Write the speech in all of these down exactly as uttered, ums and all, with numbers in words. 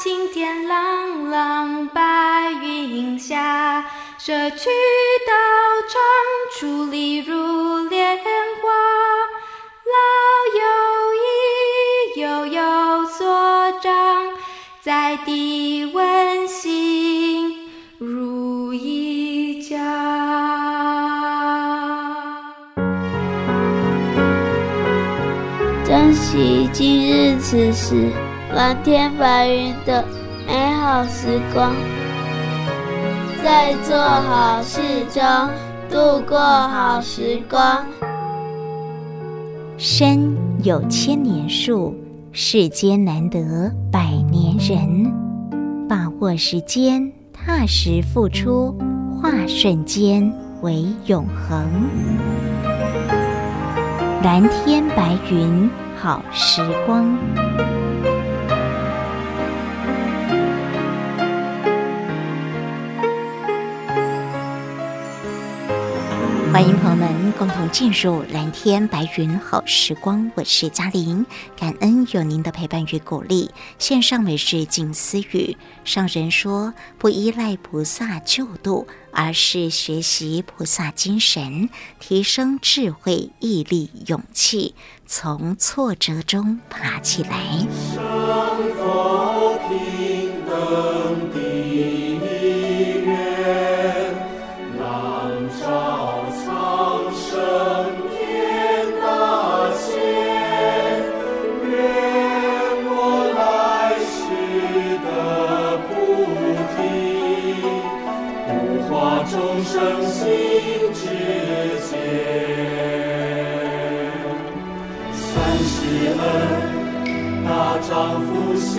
青天朗朗白云下，社区道场矗立如莲花，老友谊悠悠所长，在地温馨如一家。 珍惜今日此时蓝天白云的美好时光，在做好事中度过好时光。 山有千年树，世间难得百年人。把握时间，踏实付出，化瞬间为永恒。蓝天白云好时光。欢迎朋友们共同进入蓝天白云好时光，我是嘉玲，感恩有您的陪伴与鼓励。线上每日静思语，上人说，不依赖菩萨救度，而是学习菩萨精神，提升智慧、毅力、勇气，从挫折中爬起来。 生否平等地愿，朗照苍生天大千，愿我来世的菩提，度化众生心之间。三十而大丈夫下，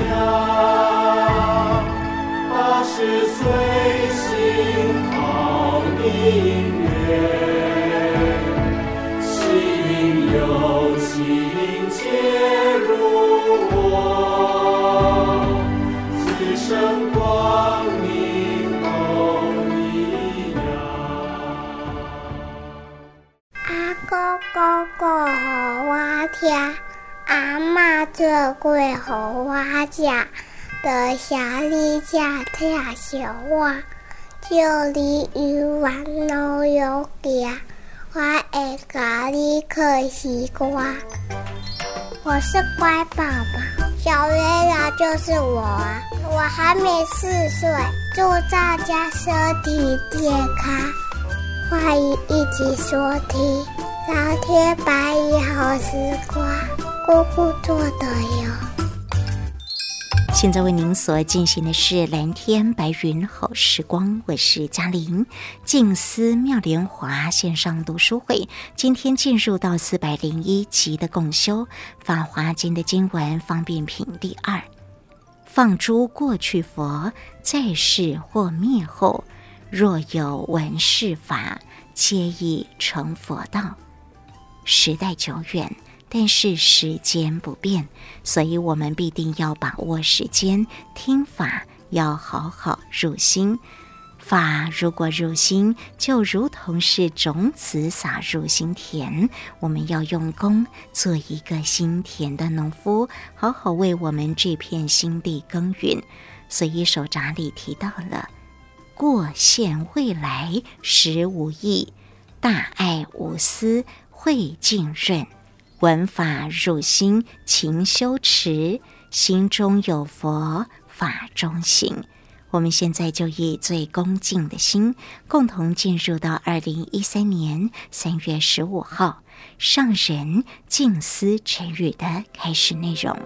八十岁行好姻缘，心有情皆如我，此生光明都一样。 阿公公公互我听，阿嬷做过互我食，多谢你这疼惜我，叫你永远老有行，我会甲你可惜歌。我是乖宝宝，小月亮就是我啊！我还没四岁，祝大家身体健康，欢迎一起收听蓝天白云好时光，姑姑做的哟。 现在为您所进行的是蓝天白云好时光，我是嘉玲。静思妙莲华线上读书会，今天进入到四百零一集的共修法华经的经文方便品第二。放诸过去佛，在世或灭后，若有闻是法，皆已成佛道。时代久远，但是时间不变，所以我们必定要把握时间，听法要好好入心。法如果入心，就如同是种子撒入心田，我们要用功做一个心田的农夫，好好为我们这片心地耕耘。所以手札里提到了过现未来实无益，大爱无私慧净润，闻法入心勤修持，心中有佛法中行。我们现在就以最恭敬的心，共同进入到二零一三年三月十五号上人静思晨语的开始内容。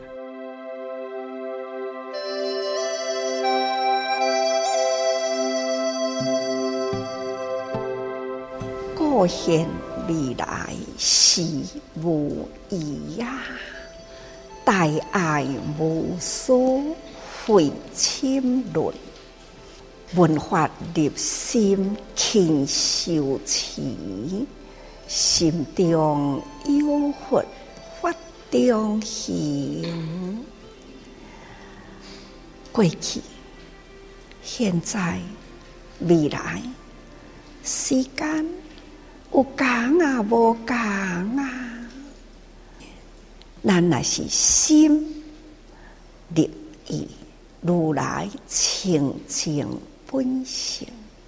过现未来是无益呀，大爱无私慧清润，闻法入心勤修持，心中有佛法中行。过去、现在、未来，时间有同啊，无同啊。咱若是心入意， 如来清净本性。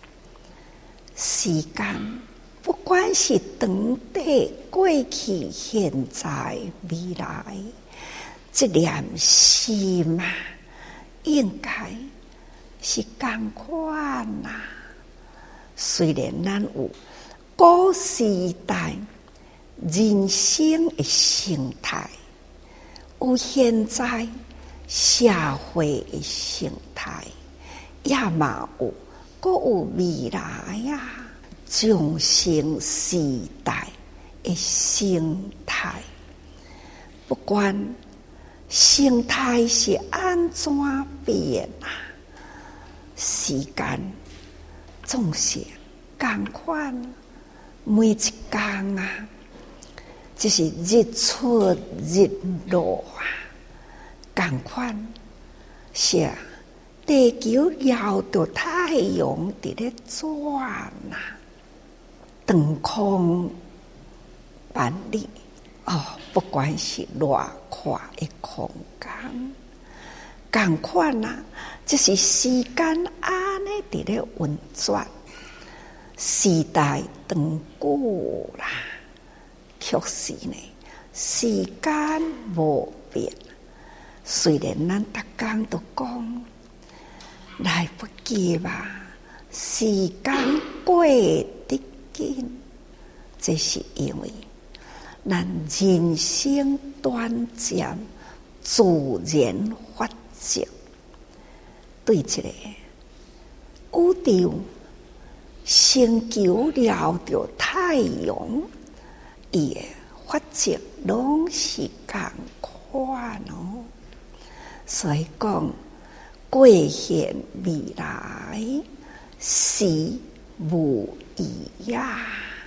时间不管是长短、过去、现在、未来，这念心啊，应该是同款啊。虽然咱有古时代人生的形态，有现在社会的形态，也嘛有，阁有未来啊，众生时代的形态。不管形态是安怎变啊，时间总是同款，每一天啊，就是日出日落啊，同款是地球绕着太阳伫咧转啊，长空万里哦，不管是偌宽的空间，同款啊，就是时间安尼伫咧运转，时代长久啦，确实呢，时间无变。虽然咱逐工都讲来不及吧，时间过得紧，这是因为咱人生短暂，自然法则对这个宇宙星球绕着太阳，伊的法则拢是同款哦。所以讲，过现未来是无异呀。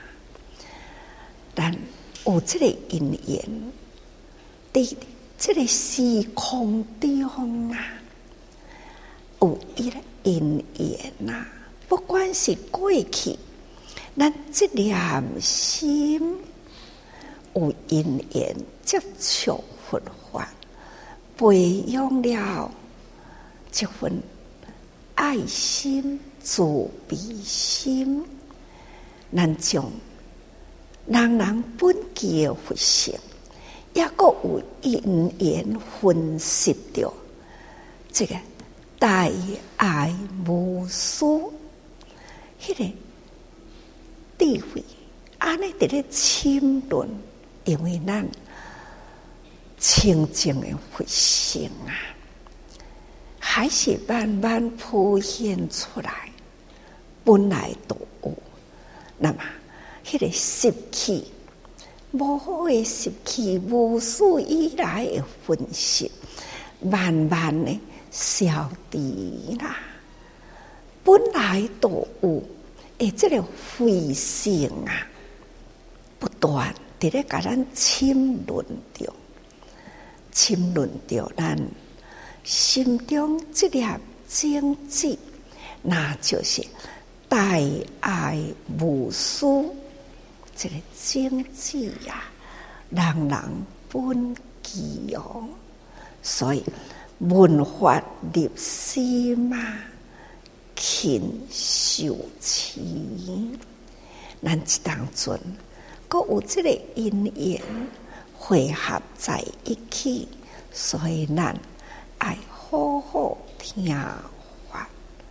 但有这个因缘，伫这个时空中啊，有一个因缘啊，不管是过去，咱这念心有因缘接触佛法，培养了这份爱心、慈悲心，咱将人人本具的佛性，也阁有因缘分析着这个大爱无私，迄个智慧，安尼伫咧深论，因为咱清净的佛性啊，还是慢慢浮现出来，本来都有。那么，迄个习气，无好的习气，无始以来的分析，慢慢的消除啦。本来都有，诶，这个慧性啊，不断伫咧甲咱深论着。深论着咱心中这粒种子，那就是大爱无私这个种子呀，人人本具哦。所以文法入心嘛，勤修持，咱这当中阁有这个因缘。汇合在一起，所以咱爱好好听法，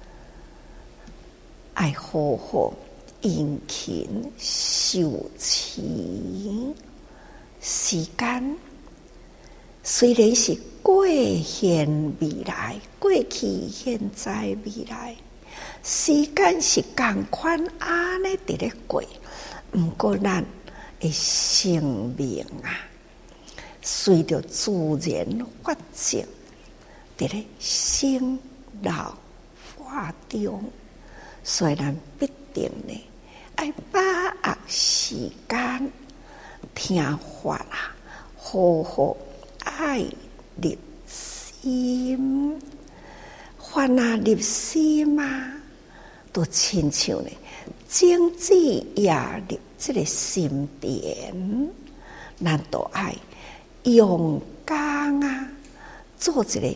爱好好殷勤修持。时间虽然是过现未来，过去、现在、未来，时间是同款安尼伫咧过，毋过咱的生命啊，随着自然法则，伫咧生老化中，所以咱必定呢，爱把握时间听法啦，好好爱入心，法啊入心啊，都亲像呢，种子也入这个心田，咱都爱用功啊，做一个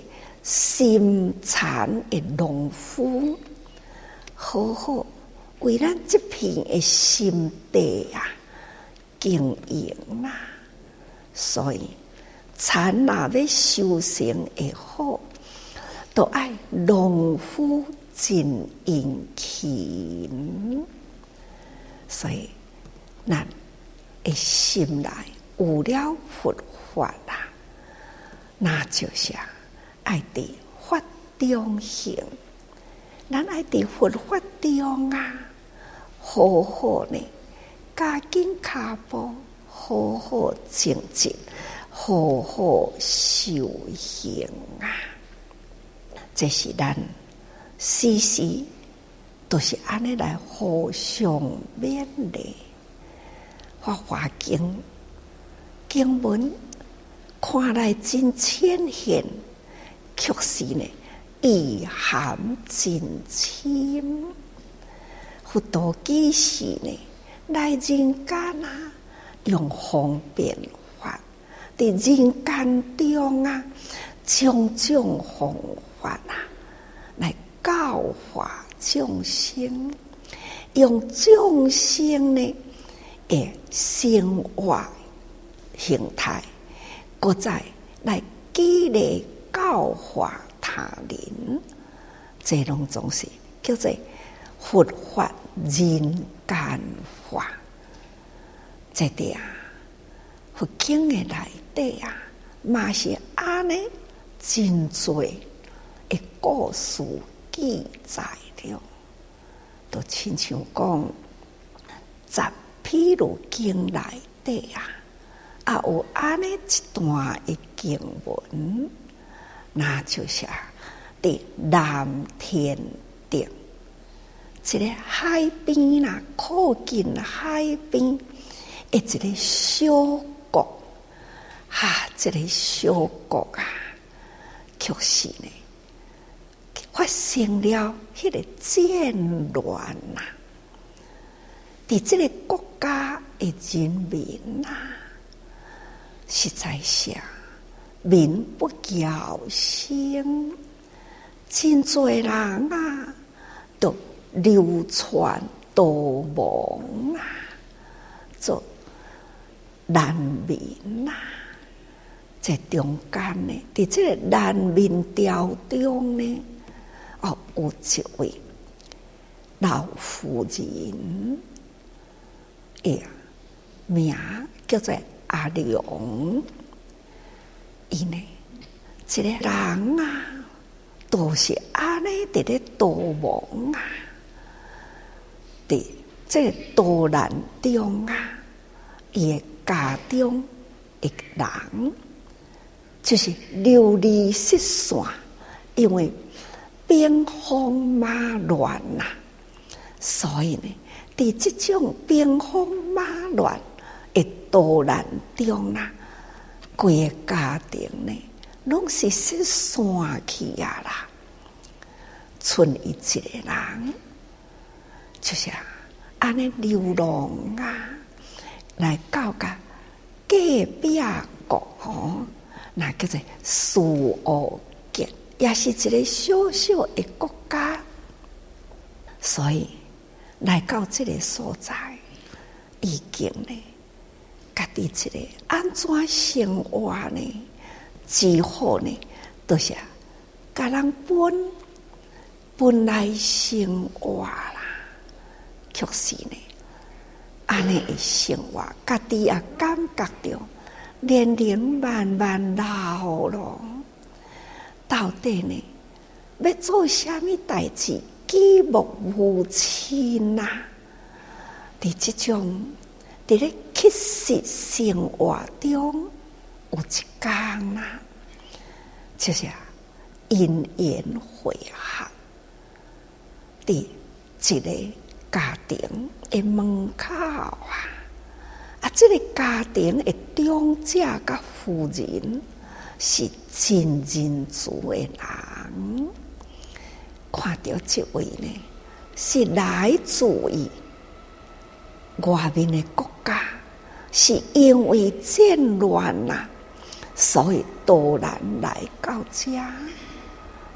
心残的农夫，好好为咱这片的心地啊经营啦。所以田若要收成会好，都爱农夫尽殷勤。所以咱的心内有了佛法啦，那就是爱伫法中行。咱爱伫佛法中啊，好好呢，加紧脚步，好好精进，好好修行啊！这是咱时时都是安尼来互相勉励。法华经经文看来真浅显，却是呢意涵真深。佛陀几时呢来人间啊，用方便法，伫人间中啊，种种方法啊，来教化众生，用众生呢的生活形态，搁再来激励教化他人，这拢总是叫做佛法人间法。这点啊，佛经的内底啊，嘛是安尼真多的故事记载了，都亲像讲十譬如经内底啊，啊有安尼一段的经文，那就是伫南天顶，一个海边啦，靠近海边。一个小国，哈，这个小国啊，却是呢发生了迄个战乱呐。伫这个国家的人民啊，实在是民不聊生，真多人啊，都流传逃亡啊，做难民呐、啊，在中间呢，伫这个难民条中呢，哦，有一位老妇人，哎，名叫做阿良，伊呢，这个人啊，都是安尼伫咧逃亡啊，伫这个逃难中啊，伊的家中的人就是流离失所，因为兵荒马乱呐、啊，所以呢，伫这种兵荒马乱的逃难中啊，规个家庭呢，拢是失散去啊啦，剩伊一个人，就是安尼流浪啊。来到甲隔壁国吼，那叫做苏俄国，也是一个小小的国家，所以来到这个所在，已经呢，家己一个安怎生活呢？只好呢，都是甲人分分来生活啦，确实呢。安尼的生活，家己也感觉到年龄慢慢老了，到底呢要做啥物代志，举目无亲呐、啊？伫这种伫咧乞食生活中，有一天呐、啊，就是因缘会合，伫一个家庭的门口啊，啊，这个家庭的长者甲妇人是真仁慈的人，看到这位呢，是来自于外面的国家，是因为战乱呐、啊，所以逃难来到这，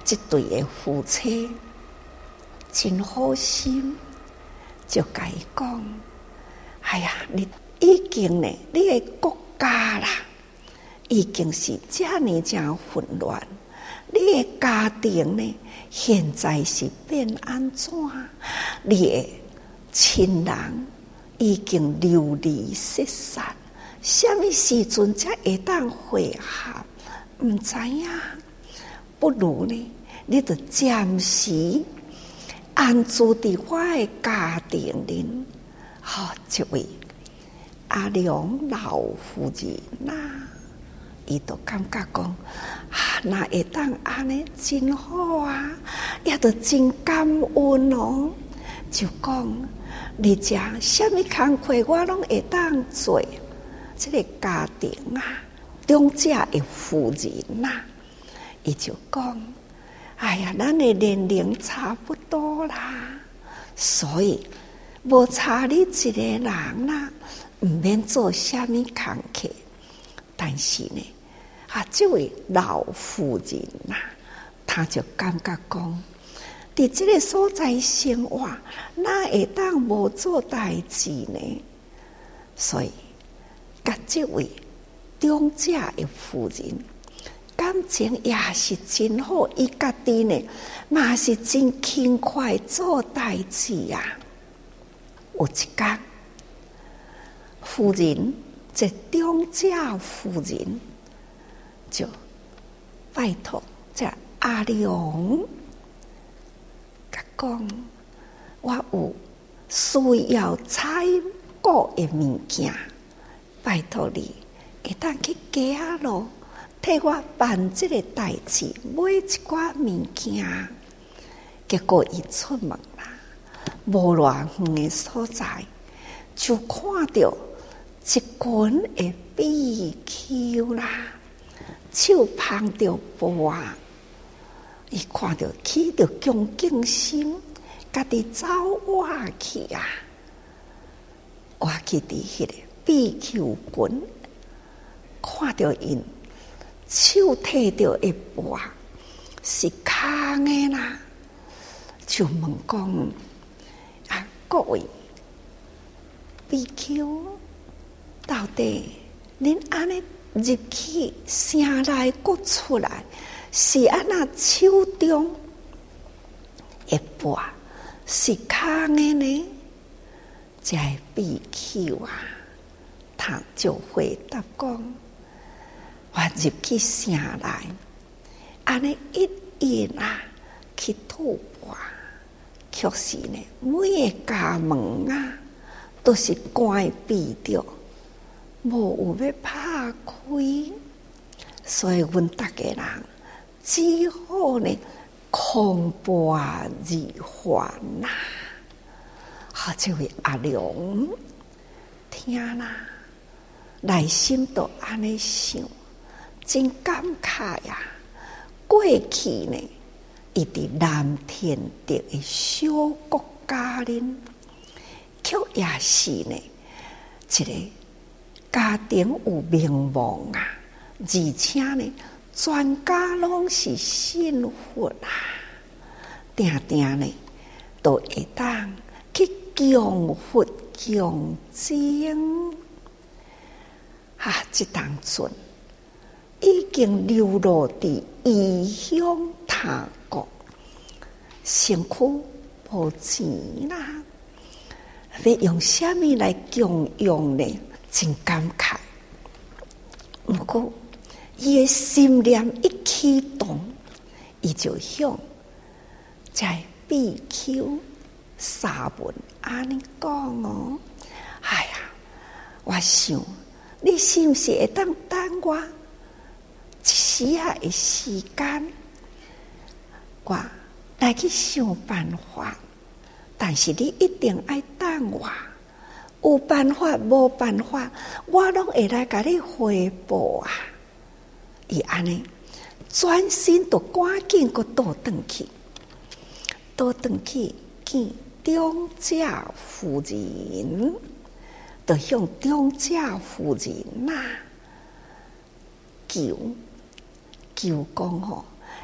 这对的夫妻真好心，就甲伊讲：哎呀，你已经呢，你的国家啦，已经是这呢正混乱，你的家庭呢，现在是变安怎？你的亲人已经流离失散，什么时阵才会当会合？唔知影，不如呢，你就暂时安住伫我的家庭里。好、哦，这位阿良老夫人呐、啊，伊都感觉讲啊，那会当安尼真好啊，也都真感恩哦。就讲你遮什么工课我拢会当做，这个家庭啊，中者的夫人呐、啊，伊就讲。哎呀，咱的年龄差不多啦，所以无差你一个人啦，唔免做虾米工课。但是呢，啊，这位老妇人呐、啊，她就感觉讲，伫这个所在生活，哪会当无做代志呢？所以，甲这位中者的妇人。感情也是真好，伊家己呢，嘛是真轻快做代志啊。有一天，夫人这中者夫人就拜托这阿良，甲讲，我有需要采购的物件，拜托你，会当去街仔咯。替我办这个代志，买一寡物件，结果伊出门啦，无偌远的所在，就看到一群的比丘啦，手捧着钵，伊看到起着恭敬心，家己走我去啊，我去伫迄个比丘群，看到因。手提着一钵是空的啦，就问讲啊，各位比丘，到底恁安尼入去城内搁出来，是安那手中一钵是空的呢？这比丘啊，他就回答讲。我入去城内，安尼一一啊去吐蕃，确实呢，每个家门啊都是关闭着，无有要拍开，所以阮大家人只好呢空钵而还呐。好，这位阿良听啦，内心都安尼想。真感慨呀！过去呢，伊伫南天竺的小国家里，却也是呢，一个家庭有名望啊，而且呢，全家拢是信佛啊，定定呢，都会当去供佛供经啊，这当阵。已经流落伫异乡他国，身躯无钱啦，要用什么来供养呢？真感慨。不过，伊的心念一启动，伊就向在比丘沙文安尼讲哦，哎呀，我想你是不是会当等我？一时啊的时间，我来去想办法。但是你一定要等我，有办法无办法，我拢会来甲你回报啊！伊安尼转身就赶紧个倒转去，倒转去见中者夫人，就向中者夫人呐求。求讲吼，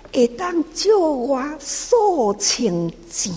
会当借我数千钱，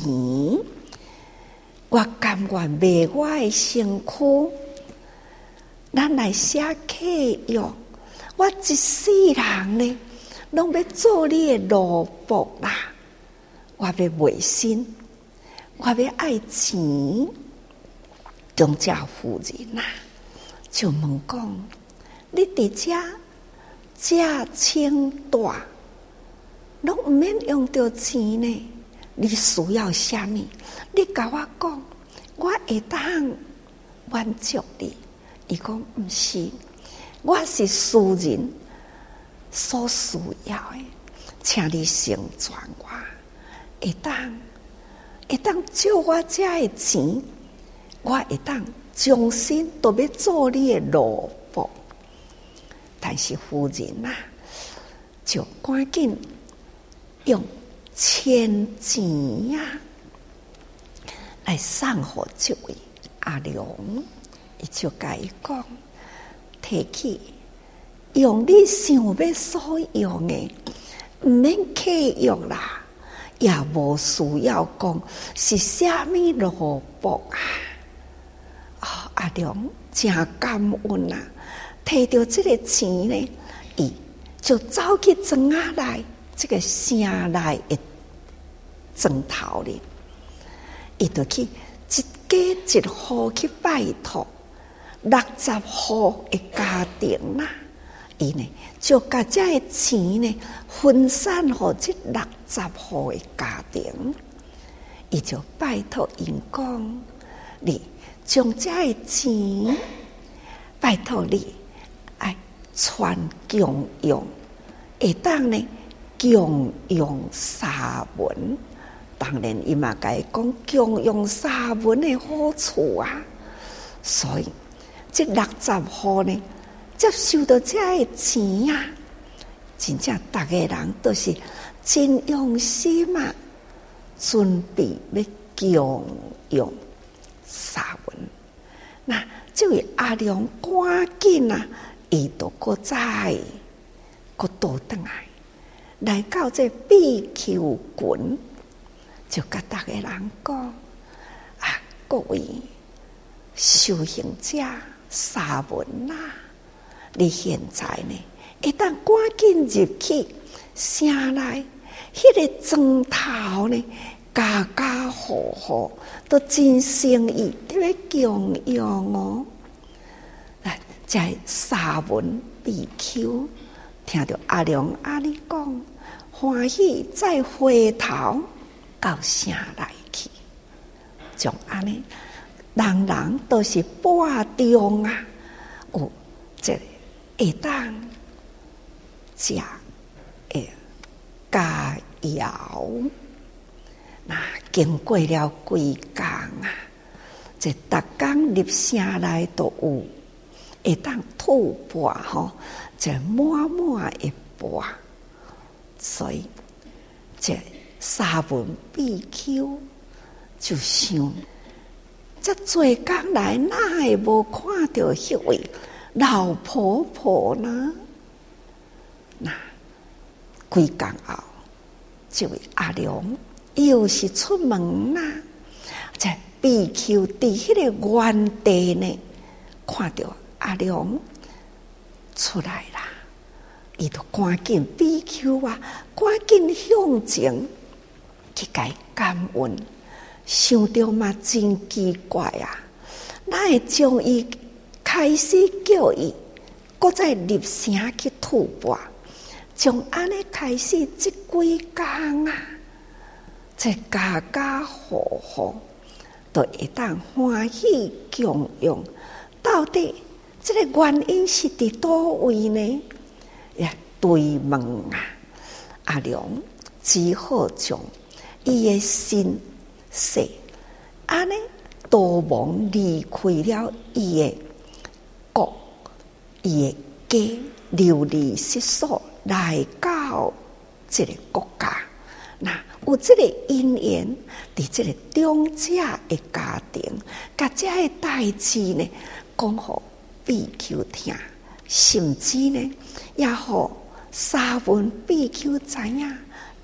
我甘愿卖我的身躯，咱来写契约。我一世人呢，拢要做你的奴仆啦！我要卖身，我要爱钱。中家夫人啊，就问讲：你伫遮遮清大，拢毋免用到钱呢？你需要啥物？你甲我讲，我会当满足你。伊讲毋是。我是私人所需要的，请你成全我，会当会当借我这的钱，我会当终身都要做你的奴仆。但是夫人啊，就赶紧用千钱啊来送给这位阿良，伊就甲伊讲。提起用你想要所用的，毋免契约啦，也无需要讲是虾米萝卜啊！哦，阿良真感恩啊！摕到这个钱呢，伊就走去庄仔内这个城内的庄头里，伊就去一家一户去拜托。六十户的家庭啦，伊呢就把这个钱呢分散给这六十户的家庭，伊就拜托因讲：你将这个钱拜托你，爱传共用，会当呢共用沙文。当然，伊嘛甲伊讲共用沙文的好处啊，所以。这六十户呢，接受到这个钱啊，真正大家人都是真用心嘛，准备要共用沙文。那这位阿良赶紧啊，伊都搁再搁倒转来，来到这碧丘群，就甲大家人讲啊，各位修行者。沙文啦，你现在呢，会当赶紧入去城内，迄个庄头呢，家家户户都真诚意伫咧共用哦。来，在沙文必求，听到阿良阿你讲，欢喜再回头到城内去，从安尼。人人都是半中啊，有这会当食诶佳肴。那经过了几工啊，这逐工入城内都有会当吐蕃吼，这满满的钵，所以这沙文必求就想。这做工来，哪会无看到迄位老婆婆呢？那几工后，这位阿良又是出门啦，在必求伫迄个原地呢，看到阿良出来啦，伊就赶紧必求啊，赶紧向前去甲感恩。想着嘛真奇怪啊！咱会将伊开始叫伊，搁再入城去吐蕃，从安尼开始这几工啊，这家家户户都会当欢喜共用。到底这个原因是伫倒位呢？也对问啊，阿良只好将伊的心。说安尼，多蒙离开了伊的国，伊的家，流离失所，来到这个国家。那有这个因缘，伫这个中者的家庭，甲这个代志呢，讲互比丘听，甚至呢，也互沙文比丘知影，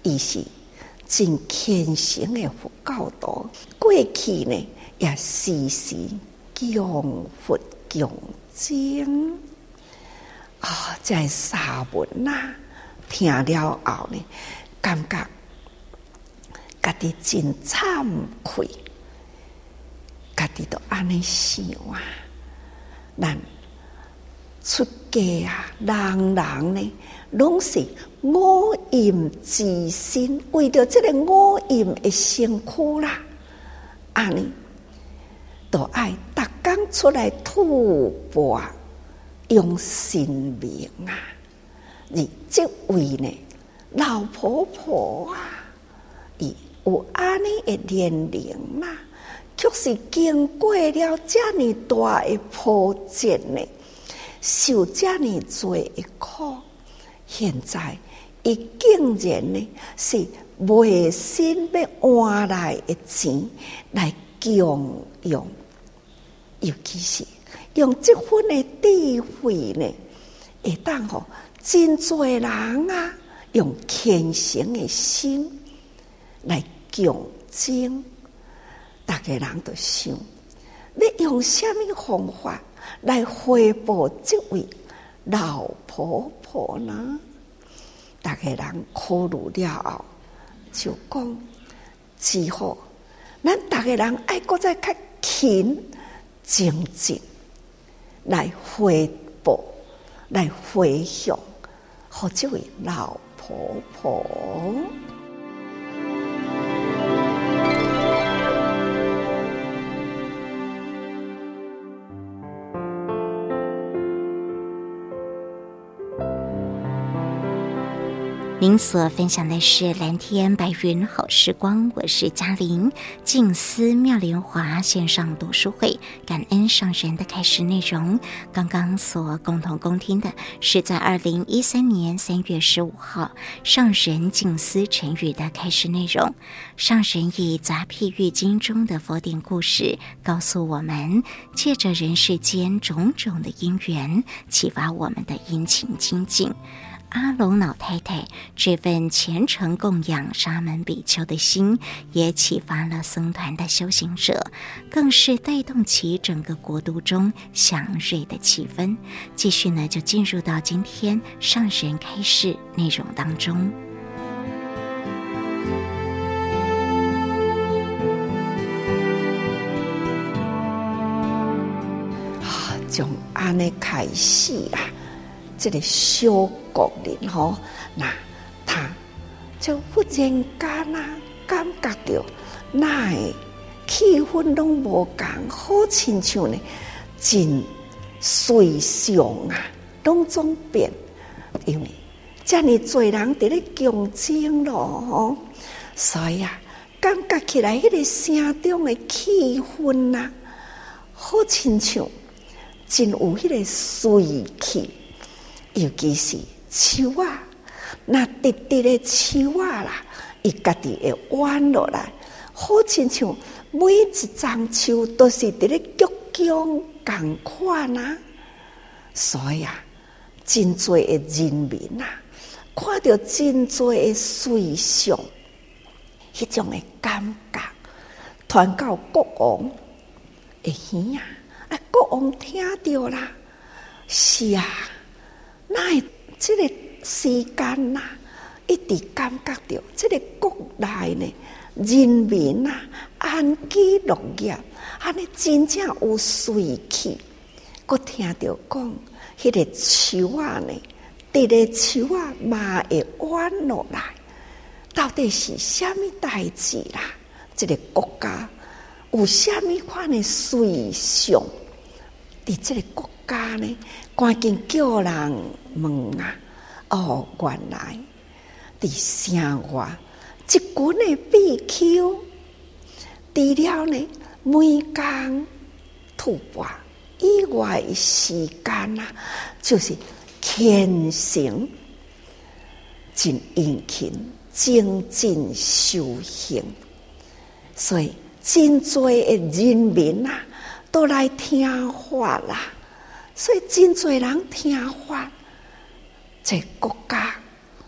伊是真虔诚的佛教徒，过去呢也时时供佛供僧啊，这沙文呐，听了后呢，感觉家己真惭愧，家己都安尼想啊，咱出家啊，人人呢，拢是五阴之身，为着这个五阴的身躯啦，安尼都爱逐工出来吐蕃，用神明啊！而这位呢，老婆婆啊，伊有安尼的年龄啦，却是经过了这么大的波折呢，受这么多的苦，现在伊竟然呢是卖身要换来的钱来供用，尤其是用这份的智慧呢，会当吼真多人啊，用虔诚的心来供僧，大家人都想，要用什么方法来回报这位老婆婆呢？大家人考虑了后，就讲只好，咱大家人爱搁再较勤精进来回报，来回向，和这位老婆婆。 您所分享的是蓝天白云好时光，我是嘉玲。静思妙莲华线上读书会，感恩上人的开示内容。刚刚所共同恭听的是在二零一三年三月十五号上人静思成语的开示内容。上人以杂譬喻经中的佛典故事告诉我们，借着人世间种种的因缘，启发我们的殷勤精进。阿龙老太太这份虔诚供养沙门比丘的心，也启发了僧团的修行者，更是带动起整个国都中祥瑞的气氛。继续呢，就进入到今天上人开示内容当中。 啊，从安尼开始啊，这个小国人吼，那他就忽然间啊，感觉到那的气氛拢无共，好亲像呢，真随常啊，拢总变，因为遮尔多人伫咧供僧咯吼，所以啊，感觉起来迄个城中的气氛啊，好亲像真有迄个水气。尤其是树啊，那直直的树啊啦，伊家己会弯落来，好亲像每一丛树都是伫咧鞠躬共款啊。所以啊，真多的人民啊，看到真多的水象，迄种的感觉，传到国王的耳啊，啊，国王听到啦，是啊。那这个时间呐、啊，一直感觉到这个国内呢，人民呐、啊、安居乐业，安尼真正有水气。我听到讲，迄、那个树啊呢，伫个树啊嘛会弯落来，到底是虾米代志啦？这个国家有虾米款的水象？伫这个国家呢？赶紧叫人问啊！哦，原来伫城外一群的比丘，除了呢每工吐蕃以外的时间啊，就是虔诚、真殷勤、精进修行，所以真多的人民啊，都来听法啦。所以真多人听法，这国家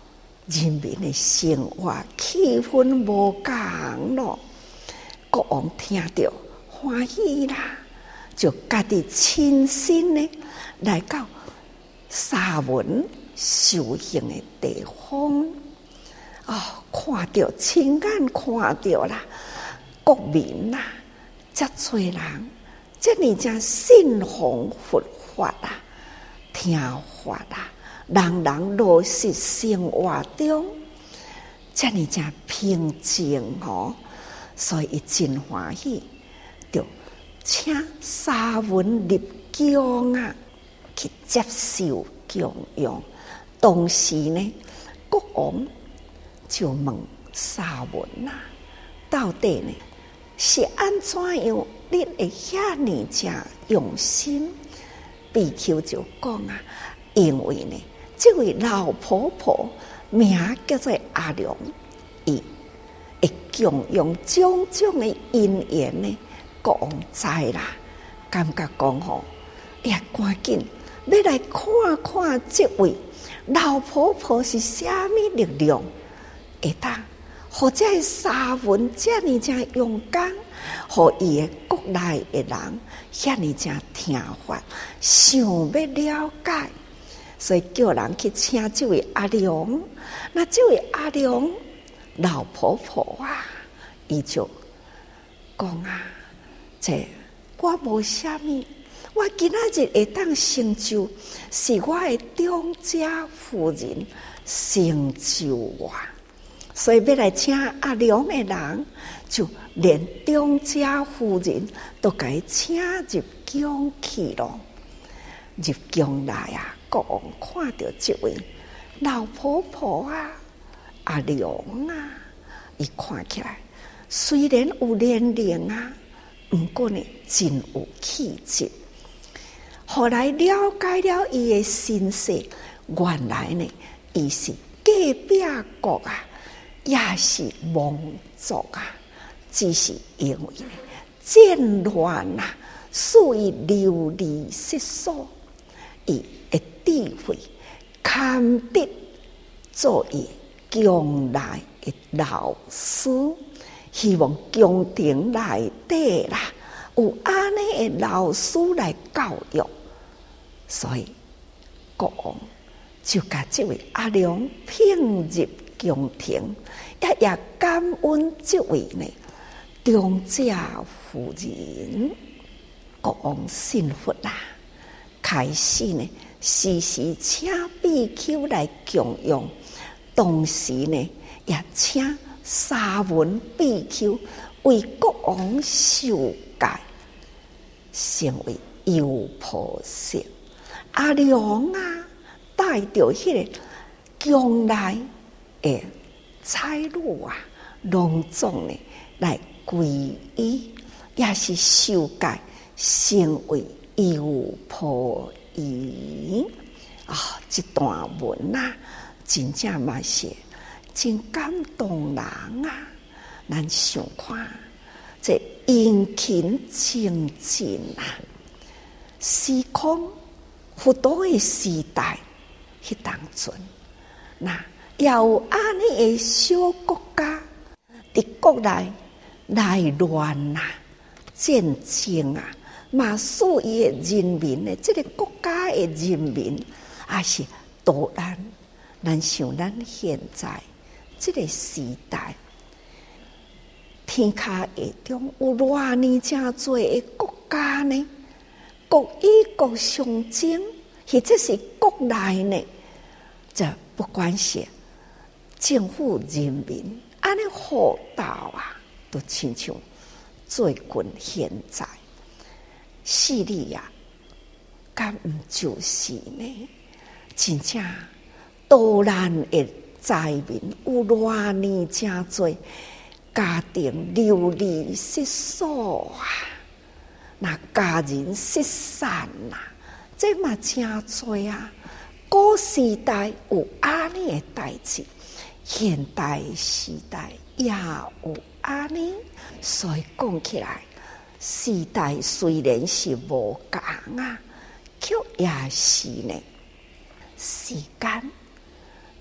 人民的生活气氛无共咯。国王听到欢喜啦，就家己亲身呢来到沙文修行的地方。哦，看到亲眼看到啦，国民啦，遮多人，遮尔正信奉佛法啦，听法啦，人人落实生活中，遮尔正平静哦，所以伊真欢喜，就请沙文入宫啊，去接受供养。当时呢，国王就问沙文啊，到底呢是安怎样？你会遐尼正用心？比丘就讲啊，因为呢，这位老婆婆名叫做阿良，伊会供养种种的因缘呢，国王知啦，感觉讲吼，呀，赶紧要来看看这位老婆婆是啥物力量。会当，或者沙文遮尔正勇敢，互伊的国内的人遐尔正听法，想要了解，所以叫人去请这位阿良。那这位阿良老婆婆啊，伊就讲啊，这我无啥物，我今仔日会当成就，是我的中家夫人成就我。所以要来请阿良的人，就连中家夫人都给伊请入宫去咯。入宫来啊，国王看到这位老婆婆啊，阿良啊，伊看起来虽然有年龄啊，不过呢真有气质。后来了解了伊的身世，原来呢，伊是隔壁国啊。也是蒙族啊，只是因为战乱啊，所以流离失所。伊的智慧堪得作为将来的老师，希望宫廷内底啦有安尼的老师来教育，所以国王就甲这位阿良聘入宫廷。也也感恩这位呢，中家夫人，国王信佛啦，开始呢时时请比丘来供养，同时呢也请沙文比丘为国王受戒，成为优婆塞。阿良啊，带着迄个将来的差路啊，隆重的来皈依，也是受戒，成为优婆夷啊！这段文啊，真正嘛是真感动人啊！咱想看这殷勤精进啊，时空佛陀的时代，迄当阵那。也有安尼的小国家，伫国内内乱啊、战争啊，嘛使伊的人民的这个国家的人民也是多难。咱想咱现在这个时代，天下下中有偌尼正多的国家呢？国与国相争，或者是国内呢？这不管是政府人民安尼好斗啊，都亲像最近现在势力啊，敢毋就是呢？真正多难的灾民有偌尼正多家庭流离失所啊，那家人失散啊，这嘛真多啊！古时代有安尼的代志。现代时代也有安尼，所以讲起来，时代虽然是无共啊，却也是呢，时间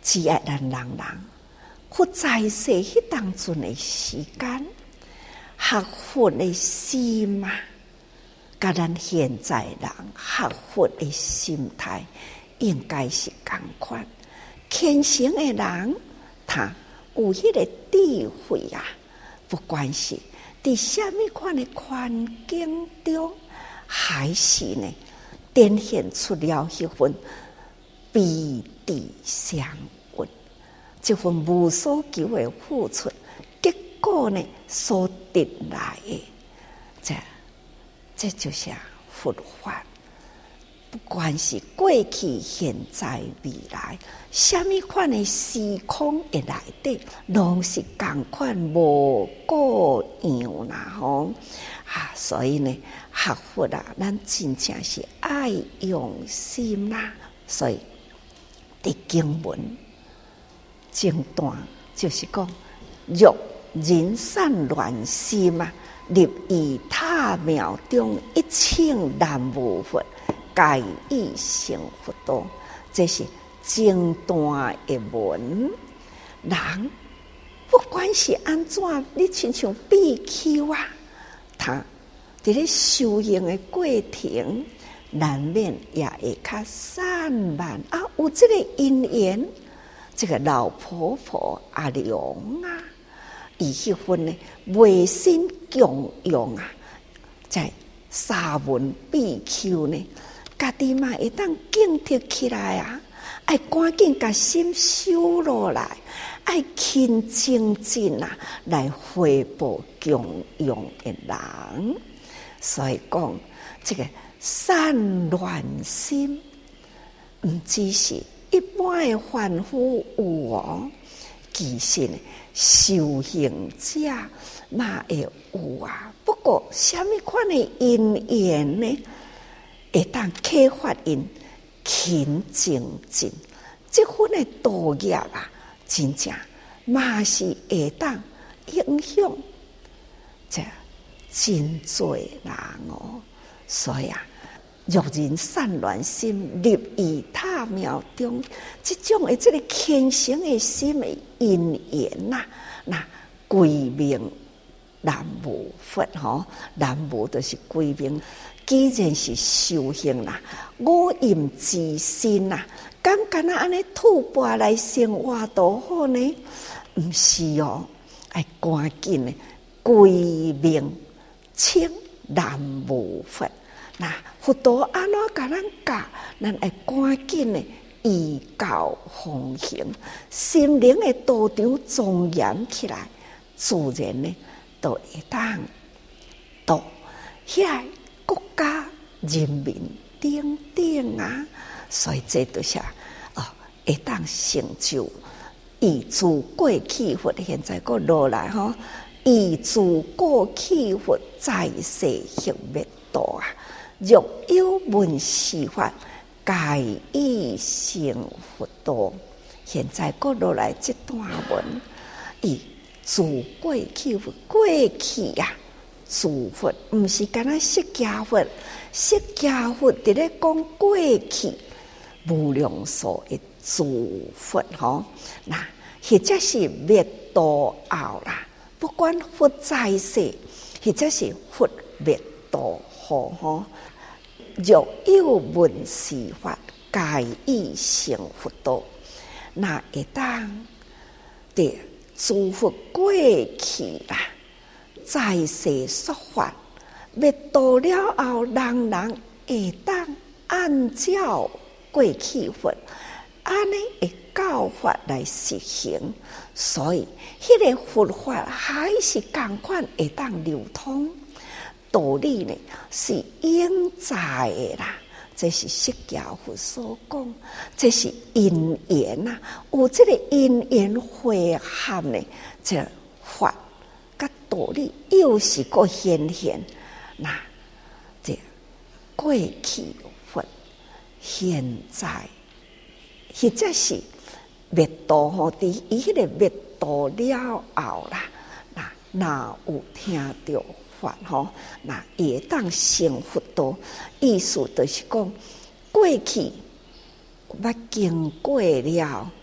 只爱咱人人佛在世迄当阵的时间，学佛的心啊，甲咱现在人学佛的心态应该是同款。虔诚的人，他有迄个智慧啊，不管是伫什么款的环境中，还是呢，展现出了迄份彼此相允，这份无所求的付出，结果呢，所得来的，这这就是佛法。不管是过去、现在、未来，什么款的时空的内底，拢是同款无过样啦吼啊！所以呢，学佛啊，咱真正是爱用心啦。所以，伫经文前段就是讲，若人散乱心啊，立于塔庙中，一称南无佛。改以成佛道，这是前段的文。人不管是安怎，你亲像比丘啊，他伫咧修行的过程，难免也会较散漫啊。有这个因缘，这个老婆婆阿娘啊，伊迄份呢，未心供养啊，在沙文比丘呢。家己嘛会当警惕起来啊！爱赶紧甲心收落来，爱勤精进啊，来回报供养的人。所以讲，这个散乱心，毋只是一般的凡夫有哦，其实呢，修行者嘛会有啊。不过，什么款的因缘呢？会当启发因勤精进，这份的道业啊，真正嘛是会当影响这真多人哦。所以啊，若人散乱心，立于塔庙中，这种的这个虔诚的心的因缘呐，那归命南无佛吼，南无就是归命。既然是修行啦，五阴之心啦，敢敢那安尼吐蕃来生活多好呢？毋是哦，爱赶紧的归命请南无佛。那佛陀安怎甲咱教？咱爱赶紧的依教奉行，心灵的道场庄严起来，自然呢，都会当到遐。国家人民等等啊，所以这都是啊，会当成就以自过去佛，现在个落来吼，以自过去佛在世行灭道啊，若有闻是法，改以成佛道。现在个落来这段文，以自过去佛过去啊。诸佛毋是干那释迦佛，释迦佛伫咧讲过去无量数的诸佛吼，那或者是灭道后啦，不管佛在世，或者是佛灭道后吼，若有闻是法，改以成佛道，那会当伫诸佛过去啦。在世说法，灭道了后，人人会当按照过去佛安尼的教法来实行，所以迄个佛法还是同款会当流通。道理呢是应在的啦，这是释迦佛所讲，这是因缘呐，有这个因缘汇合呢，这法。甲道理又是个显现，那这过去佛，现在或者是灭道吼，伫伊迄个灭道了后啦，那哪有听到法吼，那也当成佛道。意思就是讲，过去捌经过了，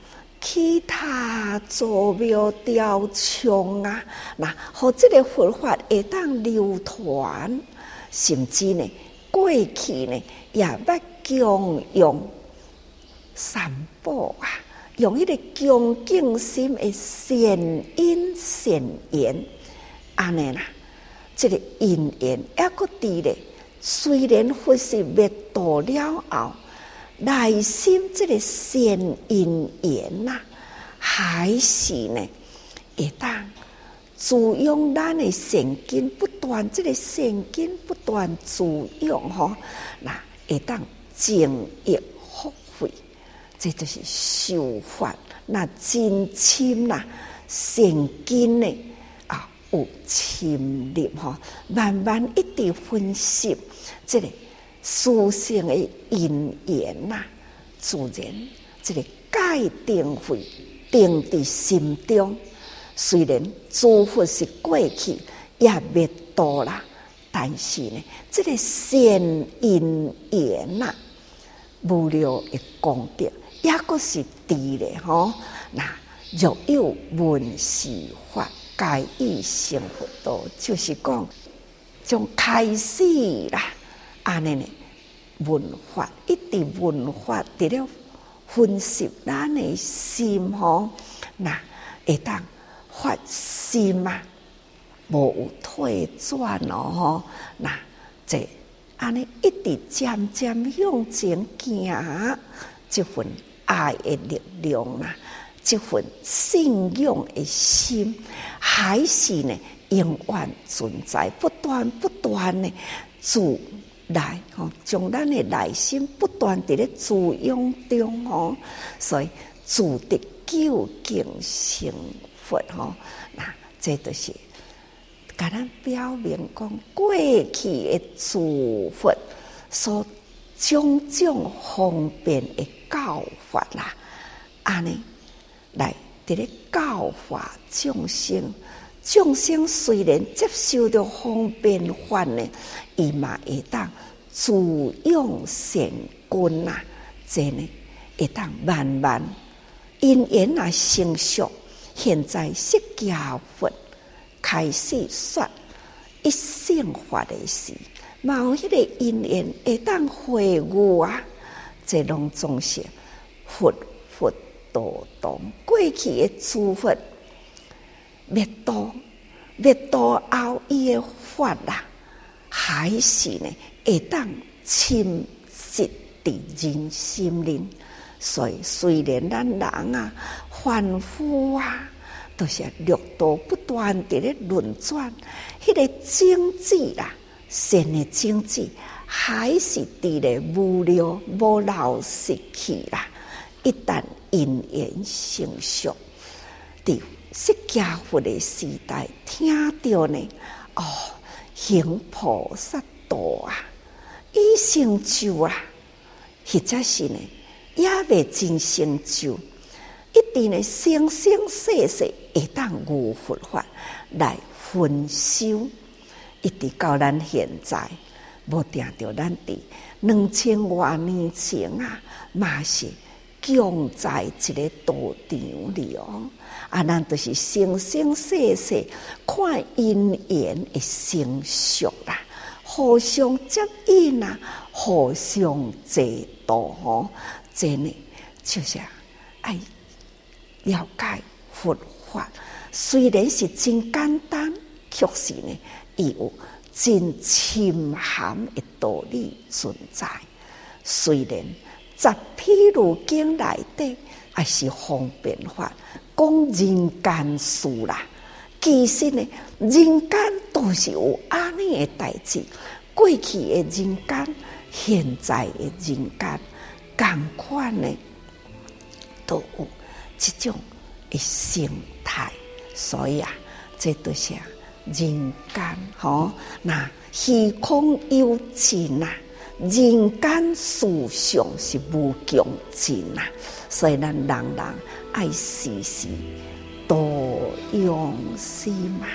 其他祖庙雕像啊，那和这个佛法会当流传，甚至呢，过去呢也捌供用三宝啊，用迄个恭敬心的善因善缘，安尼啦，这个因缘还佫伫咧。虽然佛是灭度了后，内心这个善因缘呐，还是呢会当滋养咱的善根，不断这个善根不断滋养吼，那会当增益福慧，这就是修法。那真深啦，善根呢啊有深入吼，慢慢一直分析这个殊胜的因缘呐，自然这个界定会定伫心中。虽然诸佛是过去也灭度啦，但是呢，这个善因缘呐，无量的功德，也佫是伫咧吼。那若有闻是法，皆以成佛道，就是讲从开始啦，安尼呢，闻法一直闻法，伫了分析咱的心吼，那会当发心啊，无有退转哦吼，那这安尼一直渐渐向前行，这份爱的力量啊，这份信仰的心，还是呢永远存在，不断不断的自来吼，将咱的内心不断伫咧滋养中吼，所以自得究竟成佛吼，那这就是甲咱表明讲过去的诸佛所种种方便的教法啦，安尼来伫咧教化众生。众生虽然接受到方便法呢，伊嘛会当滋养善根啊，这呢会当慢慢因缘啊成熟。现在释迦佛开始说一性法的事，嘛有迄个因缘会当会悟啊，这拢总是佛佛道道过去的诸佛。灭度灭度后，伊的法啦，还是呢会当侵蚀伫人心灵。所以虽然咱人啊凡夫啊，都是六道不断伫咧轮转，迄、那个经济啦，善的经济还是伫咧无聊无老失去啦。一旦因缘成熟，伫释迦佛的时代，听到呢，哦，行菩萨道啊，已成就啊，或者是呢，也未真成就，一定呢，生生世世会当悟佛法来分修，一直到咱现在，无定到咱伫两千多年前啊，嘛是强在一个道场里哦。啊，咱就是生生世世看因缘的成熟啦，互相接引啊，互相制度吼，这呢就是爱了解佛法。虽然是真简单，却是呢，伊有真深含的道理存在。虽然十譬如经内底也是方便法。讲人间事啦，其实呢，人间都是有安尼的代志。过去的人间，现在的人间，同款呢，都有这种的生态。所以啊，这都是人间吼，那虚空有尽啊，人间事上是无穷尽啊。所以咱人人爱时时多用心嘛。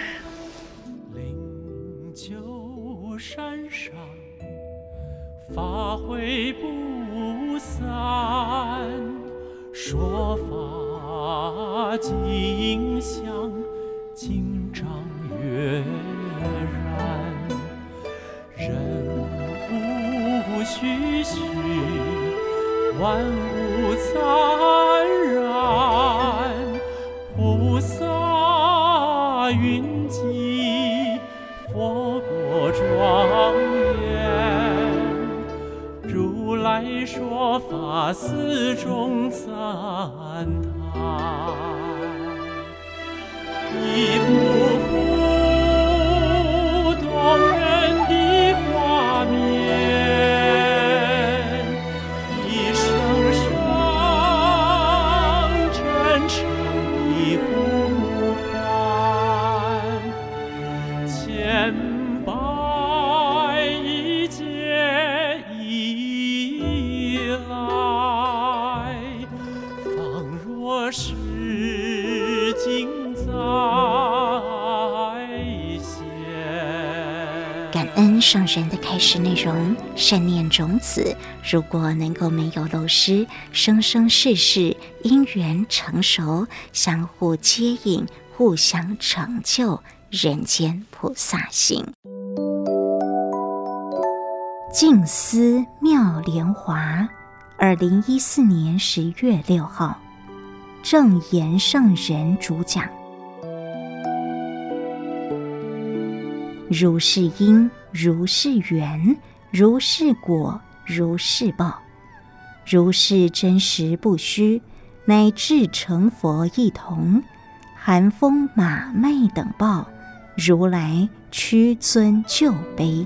灵鹫山上法会不散，说法那景象经常跃然，人无虚虚，万物灿然，菩萨云集，佛国庄严，如来说法寺中赞叹，一幅幅动人的画面，一声声真诚的呼唤，千百亿劫以来，仿若是今在现。 感恩上人的开示内容，善念种子如果能够没有漏失，生生世世因缘成熟，相互接引，互相成就人间菩萨行。静思妙莲华，二零一四年十月六号，正言上人主讲。如是因，如是缘，如是果，如是报，如是真实不虚，乃至成佛一同。寒风马麦等报，如来屈尊就卑。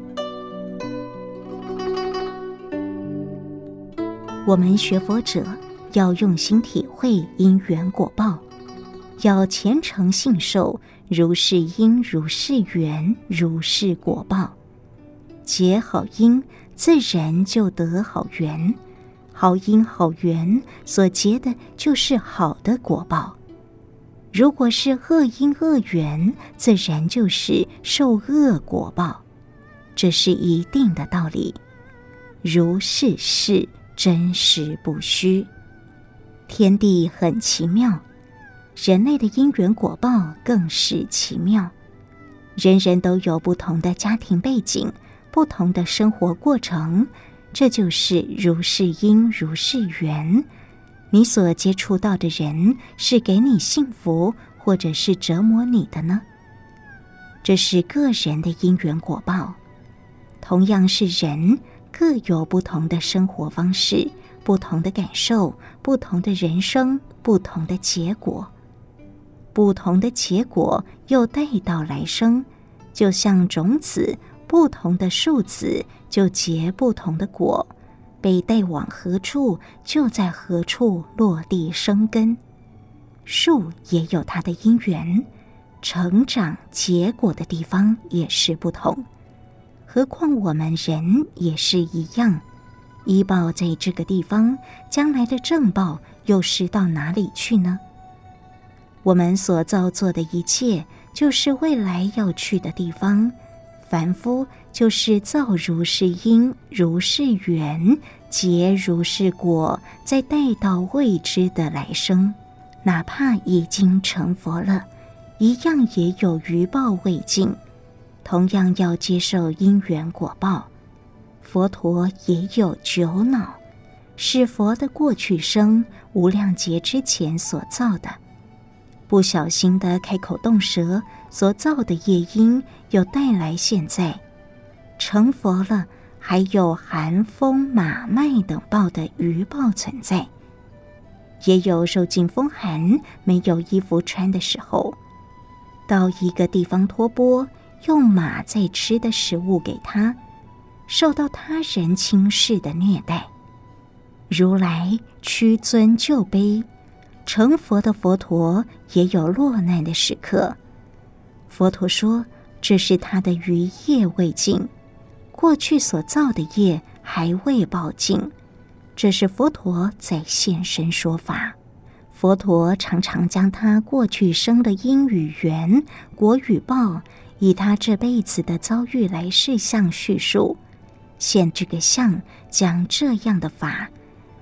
我们学佛者要用心体会因缘果报，要虔诚信受如是因如是缘如是果报，结好因自然就得好缘，好因好缘所结的就是好的果报。如果是恶因恶缘，自然就是受恶果报，这是一定的道理。如是事真实不虚，天地很奇妙，人类的因缘果报更是奇妙。人人都有不同的家庭背景，不同的生活过程，这就是如是因如是缘。你所接触到的人是给你幸福，或者是折磨你的呢？这是个人的因缘果报。同样是人，各有不同的生活方式，不同的感受，不同的人生，不同的结果。不同的结果又带到来生，就像种子，不同的树子就结不同的果，被带往何处，就在何处落地生根。树也有它的因缘，成长结果的地方也是不同。何况我们人也是一样，依报在这个地方，将来的正报又是到哪里去呢？我们所造作的一切，就是未来要去的地方。凡夫就是造如是因，如是缘，结如是果，再带到未知的来生。哪怕已经成佛了，一样也有余报未尽，同样要接受因缘果报。佛陀也有九脑，是佛的过去生无量劫之前所造的，不小心的开口动舌所造的业因，又带来现在成佛了，还有寒风马麦等报的余报存在。也有受尽风寒没有衣服穿的时候，到一个地方托钵，用马在吃的食物给他，受到他人轻视的虐待。如来屈尊就卑，成佛的佛陀也有落难的时刻。佛陀说，这是他的余业未尽，过去所造的业还未报尽，这是佛陀在现身说法。佛陀常常将他过去生的因与缘、果与报，以他这辈子的遭遇来事项叙述，现这个相，讲这样的法。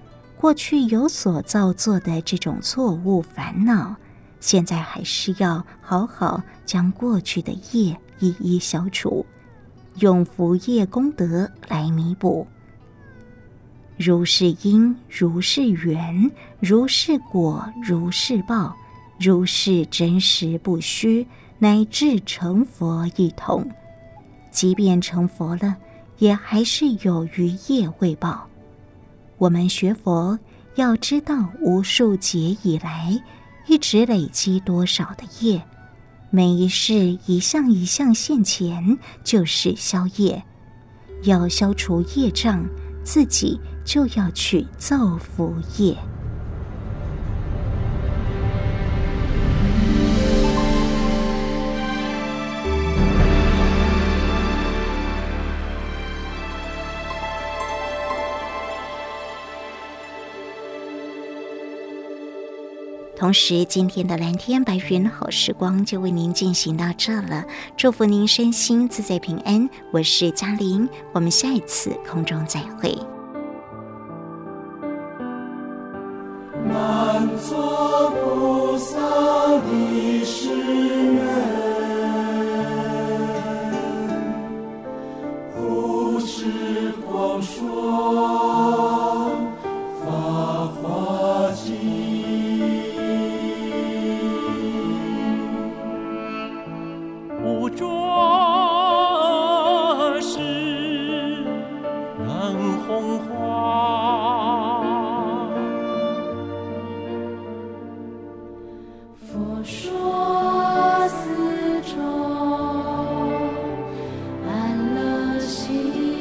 过去有所造作的这种错误烦恼，现在还是要好好将过去的业一一消除，用福业功德来弥补。如是因，如是缘，如是果，如是报，如是真实不虚，乃至成佛一同。即便成佛了，也还是有余业未报。我们学佛要知道无数劫以来一直累积多少的业，每一世一项一项现前就是消业，要消除业障，自己就要去造福业。同时，今天的蓝天白云好时光就为您进行到这了，祝福您身心自在平安。我是嘉玲，我们下一次空中再会。 满座菩萨的誓愿，护持广说法华经。无着是能红花， 佛说四周安乐心。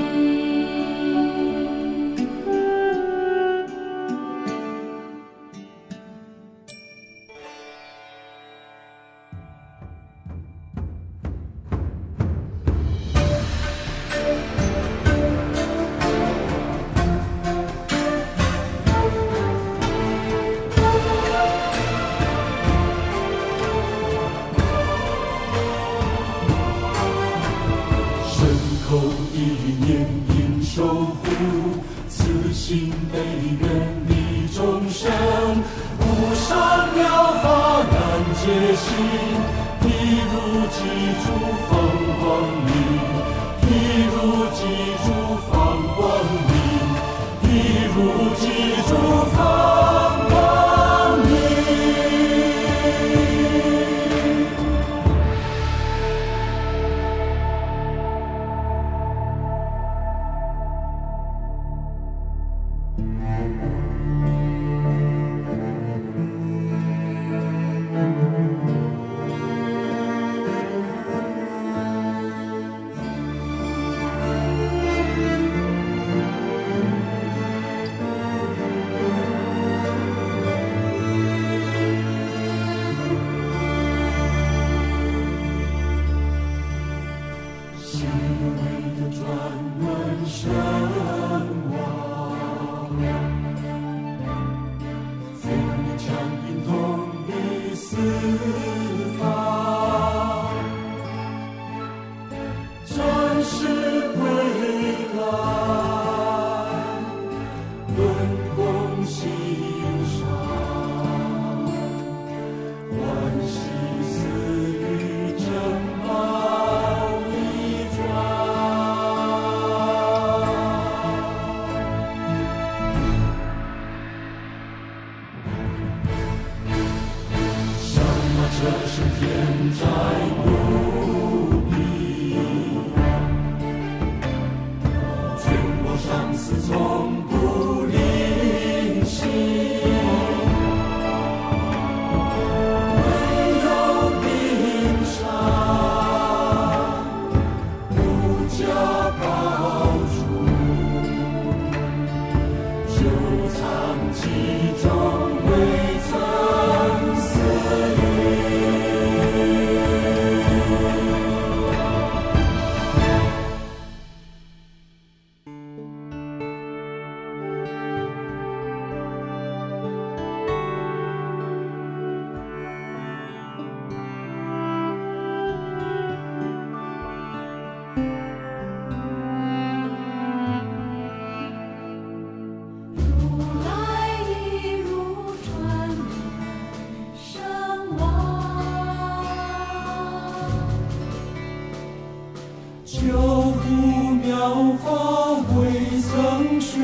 心悲愿利众生，无上妙法难解心。譬如记住放光明，譬如记住放光明，譬如记住放光明。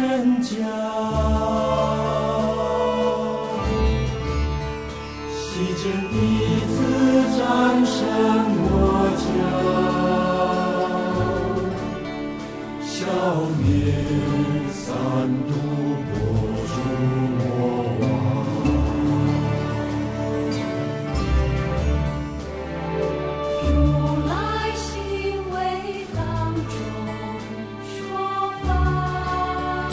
全家，席间弟子战胜我家，消灭三毒播出魔王。 如来行为当中说法，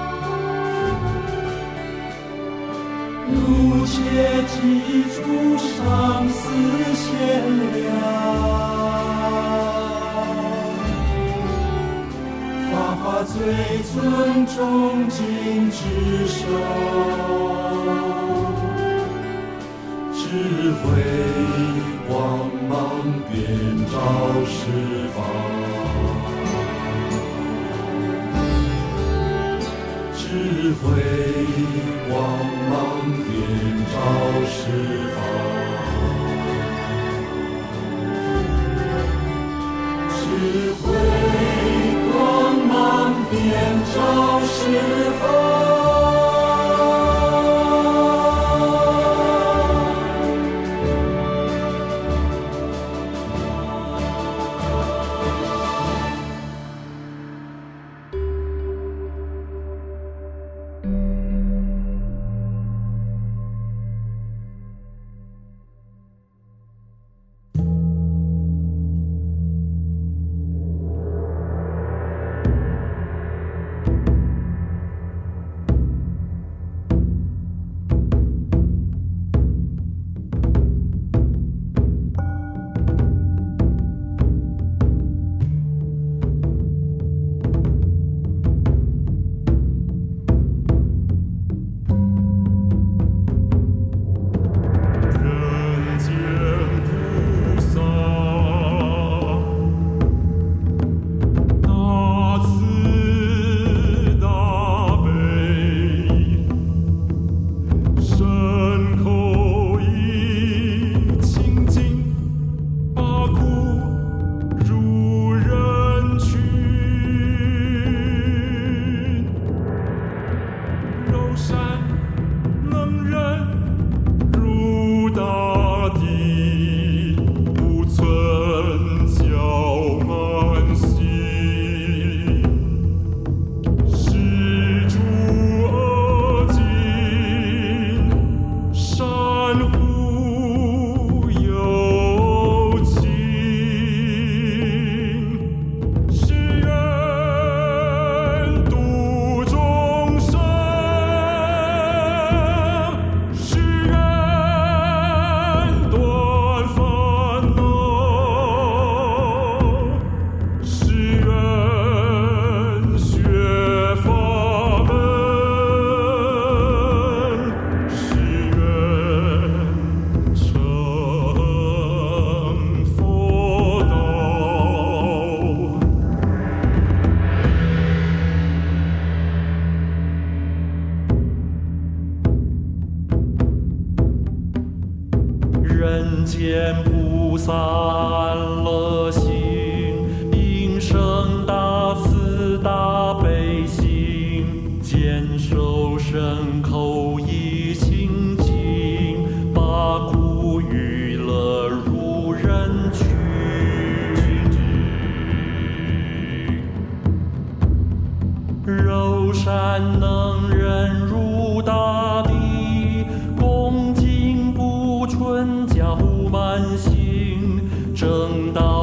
如切记住上司贤良，法法最尊重敬之手，智慧光芒遍照十方，智慧光芒遍照十方，智慧光芒遍照十方。 人间菩萨安乐行，应生大慈大悲心，坚守身口意心经，把苦与乐入人群。柔善能忍入大地，恭敬不纯骄慢心，正大